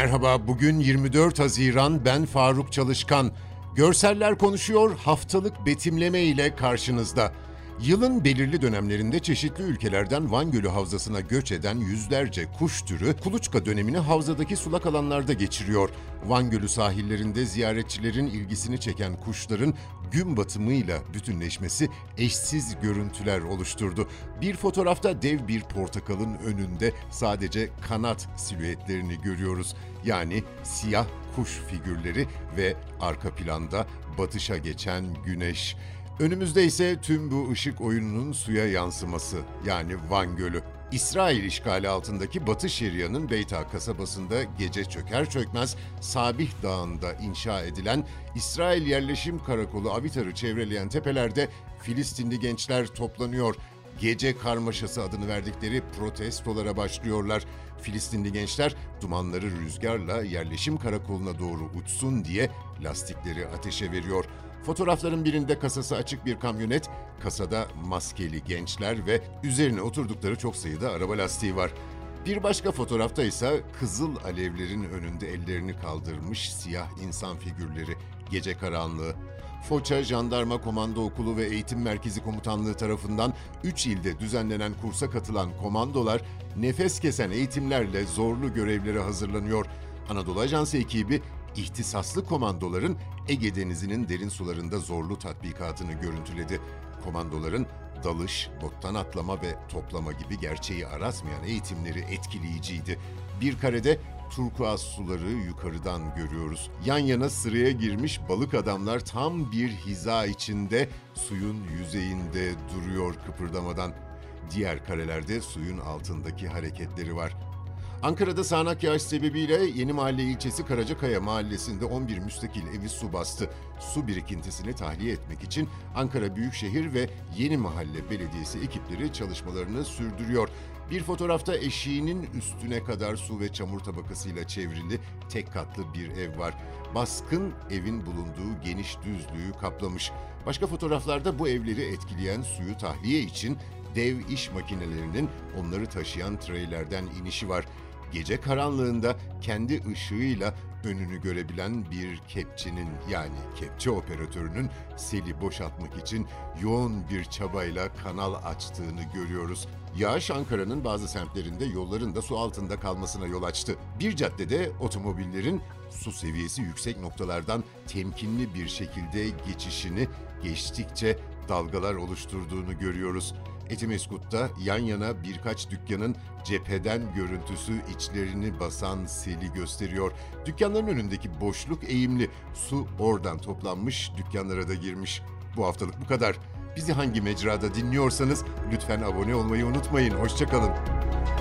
Merhaba, bugün 24 Haziran, ben Faruk Çalışkan. Görseller Konuşuyor haftalık betimleme ile karşınızda. Yılın belirli dönemlerinde çeşitli ülkelerden Van Gölü Havzası'na göç eden yüzlerce kuş türü kuluçka dönemini havzadaki sulak alanlarda geçiriyor. Van Gölü sahillerinde ziyaretçilerin ilgisini çeken kuşların gün batımıyla bütünleşmesi eşsiz görüntüler oluşturdu. Bir fotoğrafta dev bir portakalın önünde sadece kanat silüetlerini görüyoruz. Yani siyah kuş figürleri ve arka planda batışa geçen güneş. Önümüzde ise tüm bu ışık oyununun suya yansıması, yani Van Gölü. İsrail işgali altındaki Batı Şeria'nın Beyta kasabasında gece çöker çökmez Sabih Dağı'nda inşa edilen İsrail Yerleşim Karakolu Avitar'ı çevreleyen tepelerde Filistinli gençler toplanıyor. Gece karmaşası adını verdikleri protestolara başlıyorlar. Filistinli gençler dumanları rüzgarla yerleşim karakoluna doğru uçsun diye lastikleri ateşe veriyor. Fotoğrafların birinde kasası açık bir kamyonet, kasada maskeli gençler ve üzerine oturdukları çok sayıda araba lastiği var. Bir başka fotoğrafta ise kızıl alevlerin önünde ellerini kaldırmış siyah insan figürleri, gece karanlığı. Foça Jandarma Komando Okulu ve Eğitim Merkezi Komutanlığı tarafından 3 ilde düzenlenen kursa katılan komandolar nefes kesen eğitimlerle zorlu görevlere hazırlanıyor. Anadolu Ajansı ekibi ihtisaslı komandoların Ege Denizi'nin derin sularında zorlu tatbikatını görüntüledi. Komandoların dalış, bottan atlama ve toplama gibi gerçeği aratmayan eğitimleri etkileyiciydi. Bir karede turkuaz suları yukarıdan görüyoruz. Yan yana sıraya girmiş balık adamlar tam bir hiza içinde suyun yüzeyinde duruyor kıpırdamadan. Diğer karelerde suyun altındaki hareketleri var. Ankara'da sağanak yağış sebebiyle Yenimahalle ilçesi Karacakaya mahallesinde 11 müstakil evi su bastı. Su birikintisini tahliye etmek için Ankara Büyükşehir ve Yenimahalle Belediyesi ekipleri çalışmalarını sürdürüyor. Bir fotoğrafta eşiğinin üstüne kadar su ve çamur tabakasıyla çevrili tek katlı bir ev var. Baskın evin bulunduğu geniş düzlüğü kaplamış. Başka fotoğraflarda bu evleri etkileyen suyu tahliye için dev iş makinelerinin onları taşıyan treylerden inişi var. Gece karanlığında kendi ışığıyla önünü görebilen bir kepçenin, yani kepçe operatörünün seli boşaltmak için yoğun bir çabayla kanal açtığını görüyoruz. Yağış Ankara'nın bazı semtlerinde yolların da su altında kalmasına yol açtı. Bir caddede otomobillerin su seviyesi yüksek noktalardan temkinli bir şekilde geçtikçe dalgalar oluşturduğunu görüyoruz. Etimeskut'ta yan yana birkaç dükkanın cepheden görüntüsü içlerini basan seli gösteriyor. Dükkanların önündeki boşluk eğimli. Su oradan toplanmış, dükkanlara da girmiş. Bu haftalık bu kadar. Bizi hangi mecrada dinliyorsanız lütfen abone olmayı unutmayın. Hoşça kalın.